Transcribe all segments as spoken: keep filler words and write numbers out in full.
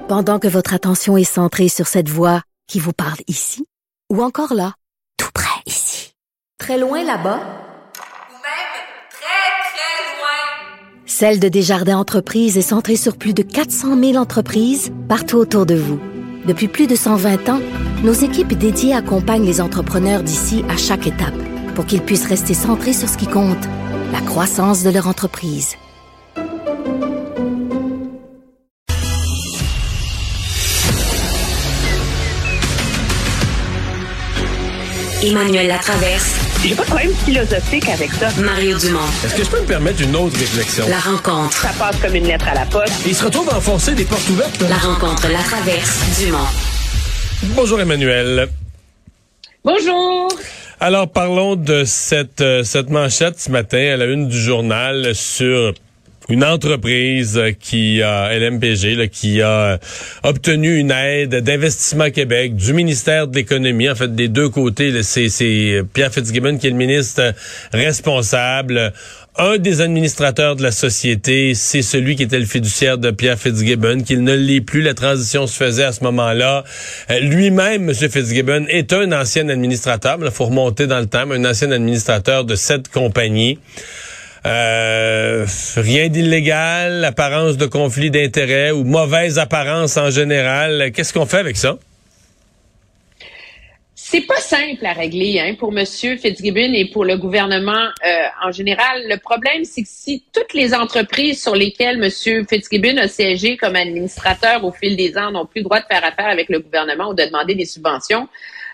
Pendant que votre attention est centrée sur cette voix qui vous parle ici, ou encore là, tout près ici, très loin là-bas, ou même très, très loin. Celle de Desjardins Entreprises est centrée sur plus de quatre cent mille entreprises partout autour de vous. Depuis plus de cent vingt ans, nos équipes dédiées accompagnent les entrepreneurs d'ici à chaque étape pour qu'ils puissent rester centrés sur ce qui compte, la croissance de leur entreprise. Emmanuel Latraverse. J'ai pas de problème philosophique avec ça. Mario Dumont. Est-ce que je peux me permettre une autre réflexion? La rencontre. Ça passe comme une lettre à la poste. Il se retrouve à enfoncer des portes ouvertes. La rencontre Latraverse Dumont. Bonjour Emmanuel. Bonjour. Alors parlons de cette, euh, cette manchette ce matin à la une du journal sur une entreprise qui a, L M P G, là, qui a obtenu une aide d'Investissement Québec, du ministère de l'Économie, en fait, des deux côtés. Là, c'est, c'est Pierre Fitzgibbon qui est le ministre responsable. Un des administrateurs de la société, c'est celui qui était le fiduciaire de Pierre Fitzgibbon, qu'il ne l'est plus. La transition se faisait à ce moment-là. Euh, lui-même, M. Fitzgibbon, est un ancien administrateur, il faut remonter dans le temps, mais un ancien administrateur de cette compagnie. Euh, rien d'illégal, apparence de conflit d'intérêts ou mauvaise apparence en général. Qu'est-ce qu'on fait avec ça? C'est pas simple à régler hein, pour M. Fitzgibbon et pour le gouvernement euh, en général. Le problème, c'est que si toutes les entreprises sur lesquelles M. Fitzgibbon a siégé comme administrateur au fil des ans n'ont plus le droit de faire affaire avec le gouvernement ou de demander des subventions,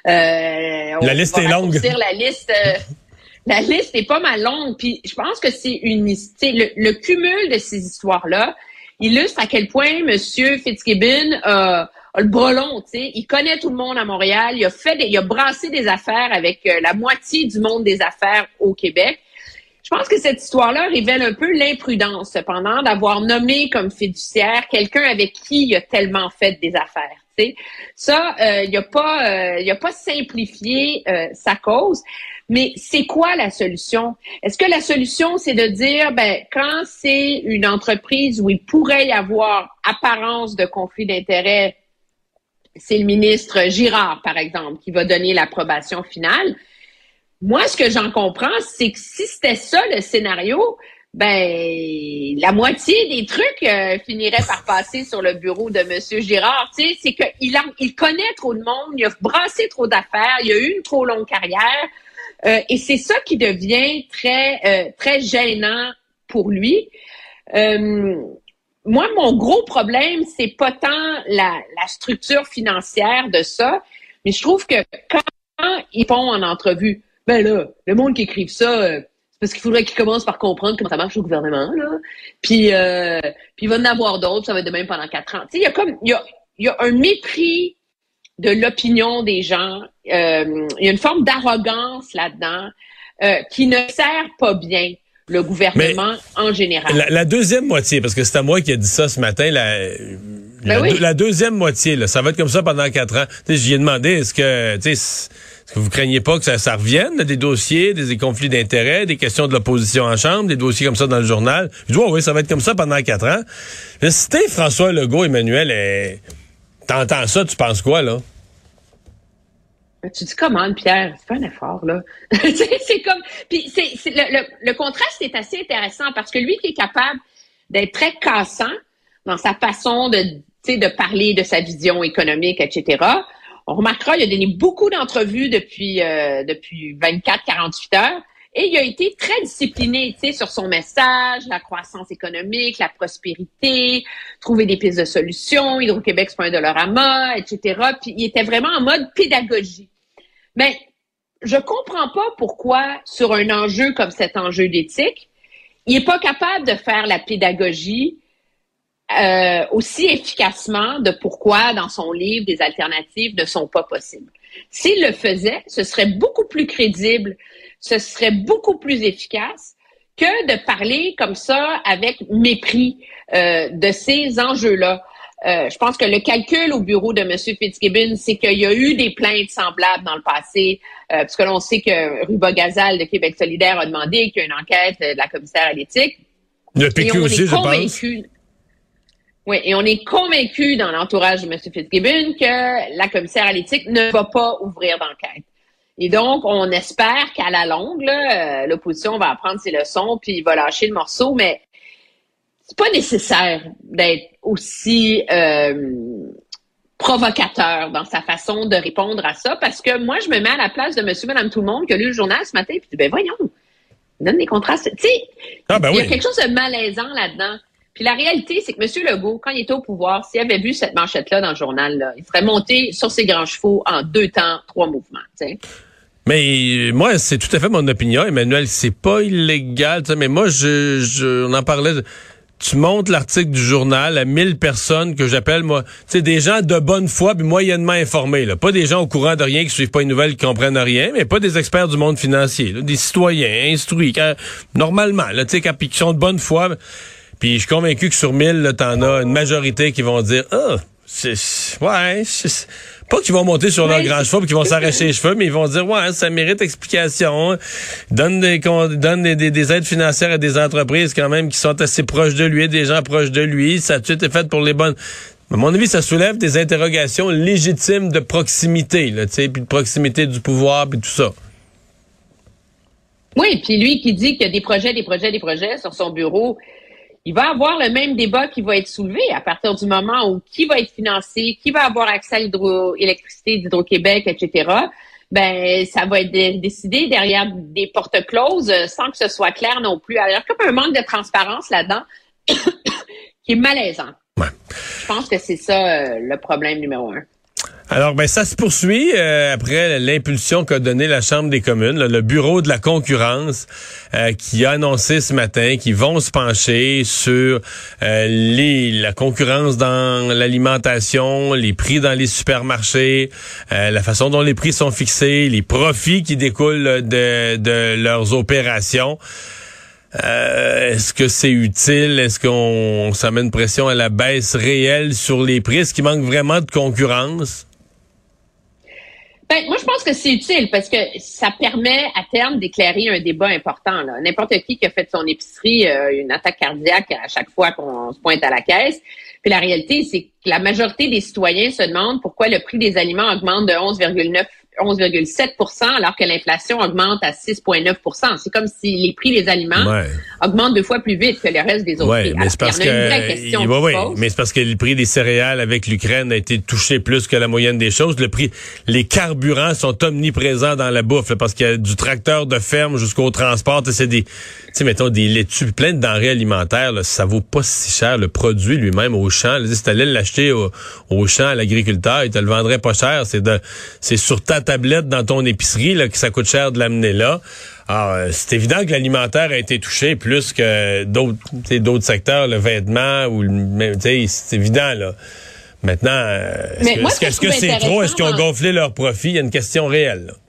euh, on la liste va est longue. La liste... Euh, La liste est pas mal longue, puis je pense que c'est une, le, le cumul de ces histoires-là illustre à quel point M. Fitzgibbon a, a le bras long, tu sais. Il connaît tout le monde à Montréal, il a fait, des, il a brassé des affaires avec euh, la moitié du monde des affaires au Québec. Je pense que cette histoire-là révèle un peu l'imprudence, cependant, d'avoir nommé comme fiduciaire quelqu'un avec qui il a tellement fait des affaires. T'sais. Ça, euh, il a pas, euh, il a pas simplifié euh, sa cause. Mais c'est quoi la solution? Est-ce que la solution, c'est de dire, ben, quand c'est une entreprise où il pourrait y avoir apparence de conflit d'intérêts, c'est le ministre Girard, par exemple, qui va donner l'approbation finale. Moi, ce que j'en comprends, c'est que si c'était ça le scénario, ben, la moitié des trucs euh, finiraient par passer sur le bureau de M. Girard. Tu sais, c'est qu'il a, il connaît trop de monde, il a brassé trop d'affaires, il a eu une trop longue carrière. Euh, et c'est ça qui devient très euh, très gênant pour lui. Euh, moi, mon gros problème, c'est pas tant la, la structure financière de ça, mais je trouve que quand ils font en entrevue, ben là, le monde qui écrive ça, euh, c'est parce qu'il faudrait qu'ils commencent par comprendre comment ça marche au gouvernement, là. Puis, euh, puis il va en avoir d'autres, ça va être de même pendant quatre ans. Tu sais, il y a comme il y a il y a un mépris de l'opinion des gens. Euh, il y a une forme d'arrogance là-dedans euh, qui ne sert pas bien le gouvernement mais en général. La, la deuxième moitié, parce que c'est à moi qui a dit ça ce matin, la, ben la, oui. la deuxième moitié, là, ça va être comme ça pendant quatre ans. J'y ai demandé, est-ce que, est-ce que vous craignez pas que ça, ça revienne, là, des dossiers, des, des conflits d'intérêts, des questions de l'opposition en chambre, des dossiers comme ça dans le journal? Je dis, oh, oui, ça va être comme ça pendant quatre ans. Là, si t'es François Legault, Emmanuel, est... T'entends ça, tu penses quoi, là? Tu dis comment, Pierre? C'est pas un effort, là. c'est comme... Puis c'est, c'est le, le, le contraste est assez intéressant parce que lui qui est capable d'être très cassant dans sa façon de, tu sais, de parler de sa vision économique, et cetera. On remarquera, il a donné beaucoup d'entrevues depuis, euh, depuis vingt-quatre à quarante-huit heures. Et il a été très discipliné, tu sais, sur son message, la croissance économique, la prospérité, trouver des pistes de solutions, Hydro-Québec, c'est pas un Dollarama, et cetera. Puis il était vraiment en mode pédagogie. Mais je comprends pas pourquoi, sur un enjeu comme cet enjeu d'éthique, il est pas capable de faire la pédagogie euh, aussi efficacement de pourquoi, dans son livre, des alternatives ne sont pas possibles. S'il le faisait, ce serait beaucoup plus crédible, ce serait beaucoup plus efficace que de parler comme ça avec mépris euh, de ces enjeux-là. Euh, je pense que le calcul au bureau de M. Fitzgibbon, c'est qu'il y a eu des plaintes semblables dans le passé, euh, parce que là, on sait que Ruba Gazal de Québec solidaire a demandé qu'il y ait une enquête de la commissaire à l'éthique. Le P Q aussi, je pense. Oui, et on est convaincu dans l'entourage de M. Fitzgibbon que la commissaire à l'éthique ne va pas ouvrir d'enquête. Et donc, on espère qu'à la longue, là, l'opposition va apprendre ses leçons puis va lâcher le morceau, mais c'est pas nécessaire d'être aussi euh, provocateur dans sa façon de répondre à ça, parce que moi, je me mets à la place de monsieur, madame, tout le monde qui a lu le journal ce matin, puis je dis, ben voyons, donne des contrastes. Tu sais, ah, ben il y a oui. quelque chose de malaisant là-dedans. Puis la réalité, c'est que M. Legault, quand il était au pouvoir, s'il avait vu cette manchette-là dans le journal, là, il serait monté sur ses grands chevaux en deux temps, trois mouvements. T'sais. Mais moi, c'est tout à fait mon opinion, Emmanuel. C'est pas illégal, mais moi, je, je, on en parlait. Tu montes l'article du journal à mille personnes que j'appelle, moi, tu sais, des gens de bonne foi puis moyennement informés, là. Pas des gens au courant de rien, qui suivent pas une nouvelle, qui comprennent rien, mais pas des experts du monde financier, là. Des citoyens instruits, quand, normalement, là, tu sais, qui sont de bonne foi. Puis je suis convaincu que sur mille, là, t'en as une majorité qui vont dire, ah, c'est, ouais, c'est, pas qu'ils vont monter sur leur grand chevaux et qu'ils vont s'arracher les cheveux, mais ils vont dire, ouais, ça mérite explication. Donne des, donne des, des, des aides financières à des entreprises quand même qui sont assez proches de lui, des gens proches de lui. Ça a tout été fait pour les bonnes. À mon avis, ça soulève des interrogations légitimes de proximité, là, tu sais, puis de proximité du pouvoir, puis tout ça. Oui, puis lui qui dit qu'il y a des projets, des projets, des projets sur son bureau, il va avoir le même débat qui va être soulevé à partir du moment où qui va être financé, qui va avoir accès à l'hydroélectricité d'Hydro-Québec, et cetera. Ben, ça va être dé- décidé derrière des portes closes sans que ce soit clair non plus. Alors, comme un manque de transparence là-dedans qui est malaisant. Ouais. Je pense que c'est ça euh, le problème numéro un. Alors, ben ça se poursuit euh, après l'impulsion qu'a donnée la Chambre des communes, là, le bureau de la concurrence, euh, qui a annoncé ce matin qu'ils vont se pencher sur euh, les, la concurrence dans l'alimentation, les prix dans les supermarchés, euh, la façon dont les prix sont fixés, les profits qui découlent de, de leurs opérations. Euh, est-ce que c'est utile? Est-ce qu'on ça met une pression à la baisse réelle sur les prix? Est-ce qu'il manque vraiment de concurrence? Ben, moi, je pense que c'est utile parce que ça permet à terme d'éclairer un débat important. Là. N'importe qui qui a fait son épicerie a une attaque cardiaque à chaque fois qu'on se pointe à la caisse. Puis la réalité, c'est que la majorité des citoyens se demandent pourquoi le prix des aliments augmente de onze virgule neuf onze virgule sept pour cent alors que l'inflation augmente à six virgule neuf pour cent. C'est comme si les prix des aliments ouais. augmentent deux fois plus vite que le reste des autres ouais, prix. Mais c'est parce que, il, ouais, ouais, mais c'est parce que le prix des céréales avec l'Ukraine a été touché plus que la moyenne des choses. Le prix, les carburants sont omniprésents dans la bouffe là, parce qu'il y a du tracteur de ferme jusqu'au transport. C'est des, tu sais, mettons des laitues, plein de denrées alimentaires. Là, ça vaut pas si cher. Le produit lui-même au champ, là, si t'allais l'acheter au, au champ à l'agriculteur, il te le vendrait pas cher. C'est de, c'est sur ta tablette dans ton épicerie là, que ça coûte cher de l'amener là. Alors, c'est évident que l'alimentaire a été touché plus que d'autres, d'autres secteurs, le vêtement ou le, c'est évident là. Maintenant, est-ce Mais que, moi, est-ce que, est-ce que c'est trop? Est-ce qu'ils ont gonflé leurs profits? Il y a une question réelle. Là.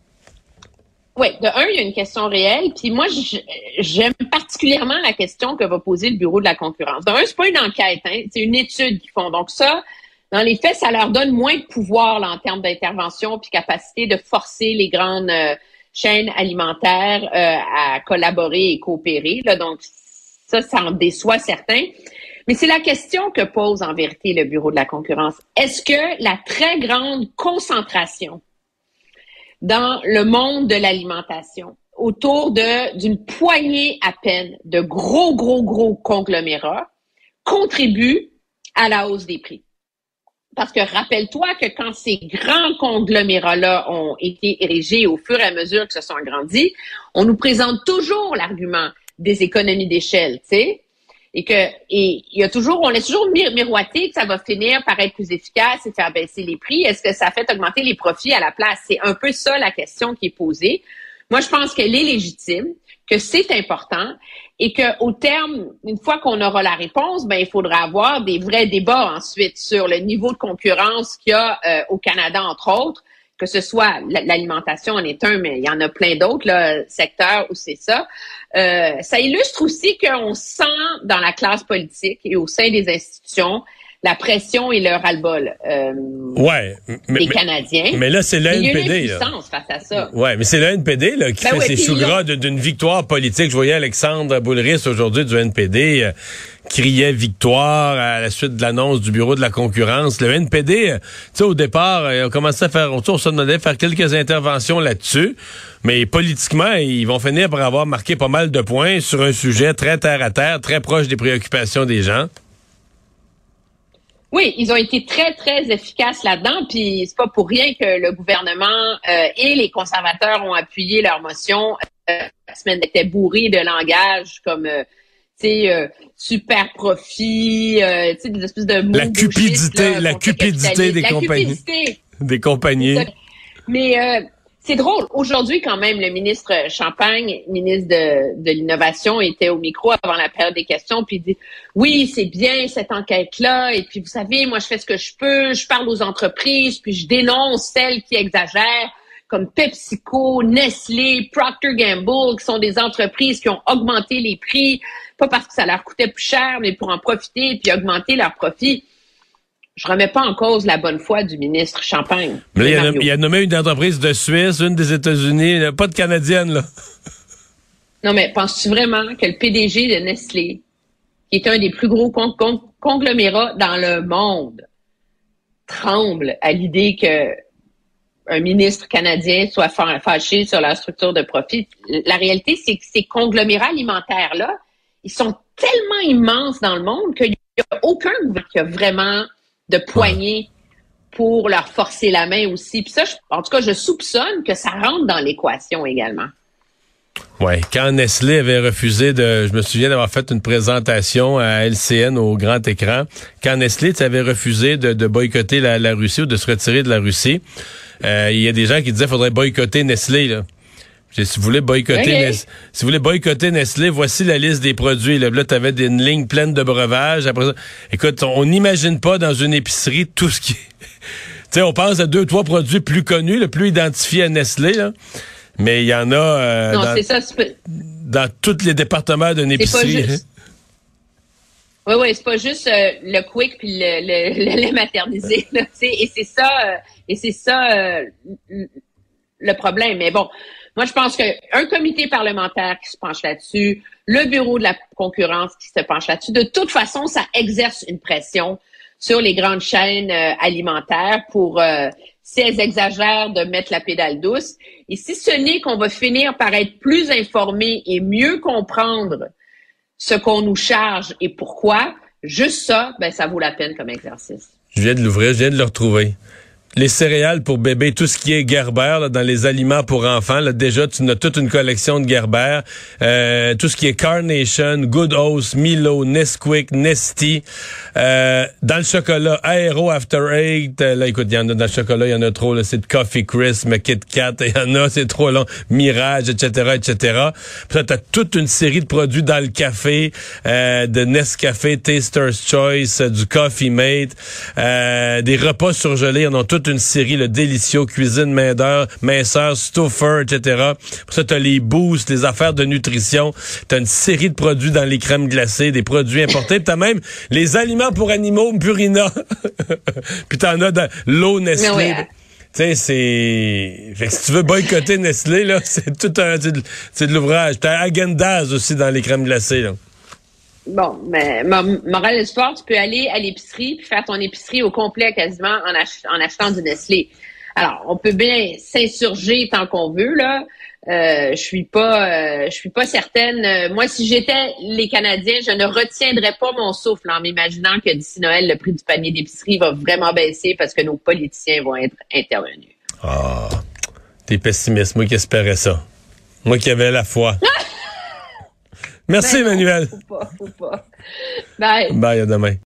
Oui, de un, il y a une question réelle. Puis moi, j'aime particulièrement la question que va poser le Bureau de la concurrence. De un, c'est pas une enquête, hein, c'est une étude qu'ils font. Donc ça, dans les faits, ça leur donne moins de pouvoir là, en termes d'intervention puis capacité de forcer les grandes euh, chaînes alimentaires euh, à collaborer et coopérer. Là. Donc ça, ça en déçoit certains. Mais c'est la question que pose en vérité le Bureau de la concurrence. Est-ce que la très grande concentration dans le monde de l'alimentation autour de d'une poignée à peine de gros, gros, gros conglomérats contribue à la hausse des prix? Parce que rappelle-toi que quand ces grands conglomérats-là ont été érigés au fur et à mesure que se sont agrandis, on nous présente toujours l'argument des économies d'échelle, tu sais, et que et il y a toujours, on laisse toujours mir- miroiter que ça va finir par être plus efficace et faire baisser les prix. Est-ce que ça fait augmenter les profits à la place? C'est un peu ça la question qui est posée. Moi, je pense qu'elle est légitime, que c'est important et que au terme, une fois qu'on aura la réponse, ben il faudra avoir des vrais débats ensuite sur le niveau de concurrence qu'il y a euh, au Canada, entre autres, que ce soit l'alimentation en est un, mais il y en a plein d'autres là, secteurs où c'est ça. Euh, ça illustre aussi qu'on sent dans la classe politique et au sein des institutions la pression et le ras-le-bol euh, ouais, mais, des mais, Canadiens. Mais là, c'est le N P D. Il y a une impuissance face à ça. Ouais, mais c'est le N P D là, qui ben fait ouais, ses choux gras d'une victoire politique. Je voyais Alexandre Boulris aujourd'hui du N P D euh, criait victoire à la suite de l'annonce du bureau de la concurrence. Le N P D, euh, tu sais, au départ, euh, on commençait à faire, on se demandait faire quelques interventions là-dessus, mais politiquement, ils vont finir par avoir marqué pas mal de points sur un sujet très terre à terre, très proche des préoccupations des gens. Oui, ils ont été très, très efficaces là-dedans, puis c'est pas pour rien que le gouvernement euh, et les conservateurs ont appuyé leur motion. Euh, la semaine était bourrée de langage comme, euh, tu sais, euh, super profit, euh, tu sais, des espèces de mots La cupidité, là, la cupidité des la compagnies. Cupidité. Des compagnies. Mais euh, c'est drôle. Aujourd'hui, quand même, le ministre Champagne, ministre de, de l'Innovation, était au micro avant la période des questions, puis il dit « Oui, c'est bien cette enquête-là, et puis vous savez, moi, je fais ce que je peux, je parle aux entreprises, puis je dénonce celles qui exagèrent, comme PepsiCo, Nestlé, Procter and Gamble, qui sont des entreprises qui ont augmenté les prix, pas parce que ça leur coûtait plus cher, mais pour en profiter, puis augmenter leurs profits. » Je remets pas en cause la bonne foi du ministre Champagne. Mais il, a, il a nommé une entreprise de Suisse, une des États-Unis, pas de Canadienne, là. Non, mais penses-tu vraiment que le P D G de Nestlé, qui est un des plus gros con- con- conglomérats dans le monde, tremble à l'idée que un ministre canadien soit fâché sur la structure de profit? La réalité, c'est que ces conglomérats alimentaires-là, ils sont tellement immenses dans le monde qu'il n'y a aucun gouvernement qui a vraiment de poignée pour leur forcer la main aussi. Puis ça, je, en tout cas, je soupçonne que ça rentre dans l'équation également. Ouais, quand Nestlé avait refusé de, je me souviens d'avoir fait une présentation à L C N au grand écran, quand Nestlé avait refusé de, de boycotter la, la Russie ou de se retirer de la Russie, euh, il y a des gens qui disaient qu'il faudrait boycotter Nestlé, là. Si vous voulez boycotter, okay. Nestlé, si vous voulez boycotter Nestlé, voici la liste des produits. Là, là tu avais une ligne pleine de breuvages. Après ça, écoute, on n'imagine pas dans une épicerie tout ce qui est... Tu sais, on pense à deux, trois produits plus connus, le plus identifiés à Nestlé, là. Mais il y en a euh, non, dans, c'est ça, c'est pas... dans tous les départements d'une épicerie. C'est pas juste... Oui, oui, c'est pas juste euh, le quick puis le, le, le lait maternisé. Là, et c'est ça, euh, et c'est ça euh, le problème. Mais bon, moi, je pense qu'un comité parlementaire qui se penche là-dessus, le bureau de la concurrence qui se penche là-dessus, de toute façon, ça exerce une pression sur les grandes chaînes euh, alimentaires pour, euh, si elles exagèrent, de mettre la pédale douce. Et si ce n'est qu'on va finir par être plus informés et mieux comprendre ce qu'on nous charge et pourquoi, juste ça, ben ça vaut la peine comme exercice. Je viens de l'ouvrir, je viens de le retrouver. Les céréales pour bébé, tout ce qui est Gerber là, dans les aliments pour enfants, là, déjà tu as toute une collection de Gerber. Euh, tout ce qui est Carnation, Good Oats, Milo, Nesquik, Nestea. Euh, dans le chocolat, Aero After Eight. Euh, là, écoute, il y en a dans le chocolat, il y en a trop. Là, c'est de Coffee Crisp, Kit Kat, il y en a, c'est trop long. Mirage, et cetera, et cetera. Puis là, t'as toute une série de produits dans le café, euh, de Nescafé, Taster's Choice, euh, du Coffee Mate, euh, des repas surgelés, ils en ont toute une série, le Délicieux, Cuisine Main-d'œuvre, Minceur, Stuffer, et cetera. Pour ça, t'as les boosts, les affaires de nutrition, t'as une série de produits dans les crèmes glacées, des produits importés, puis t'as même les aliments pour animaux, Purina. Puis t'en as dans l'eau Nestlé. Oui, hein. Tu sais, c'est... Fait que si tu veux boycotter Nestlé, là, c'est tout un... C'est de, c'est de l'ouvrage. T'as Häagen-Dazs aussi dans les crèmes glacées, là. Bon, mais morale de l'histoire, tu peux aller à l'épicerie puis faire ton épicerie au complet quasiment en, ach- en achetant du Nestlé. Alors, on peut bien s'insurger tant qu'on veut, là. Euh, je suis pas, euh, je suis pas certaine. Euh, moi, si j'étais les Canadiens, je ne retiendrais pas mon souffle en m'imaginant que d'ici Noël, le prix du panier d'épicerie va vraiment baisser parce que nos politiciens vont être intervenus. Ah, oh, t'es pessimiste. Moi qui espérais ça. Moi qui avais la foi. Merci, ben non, Emmanuel. Faut pas, faut pas. Bye. Bye, à demain.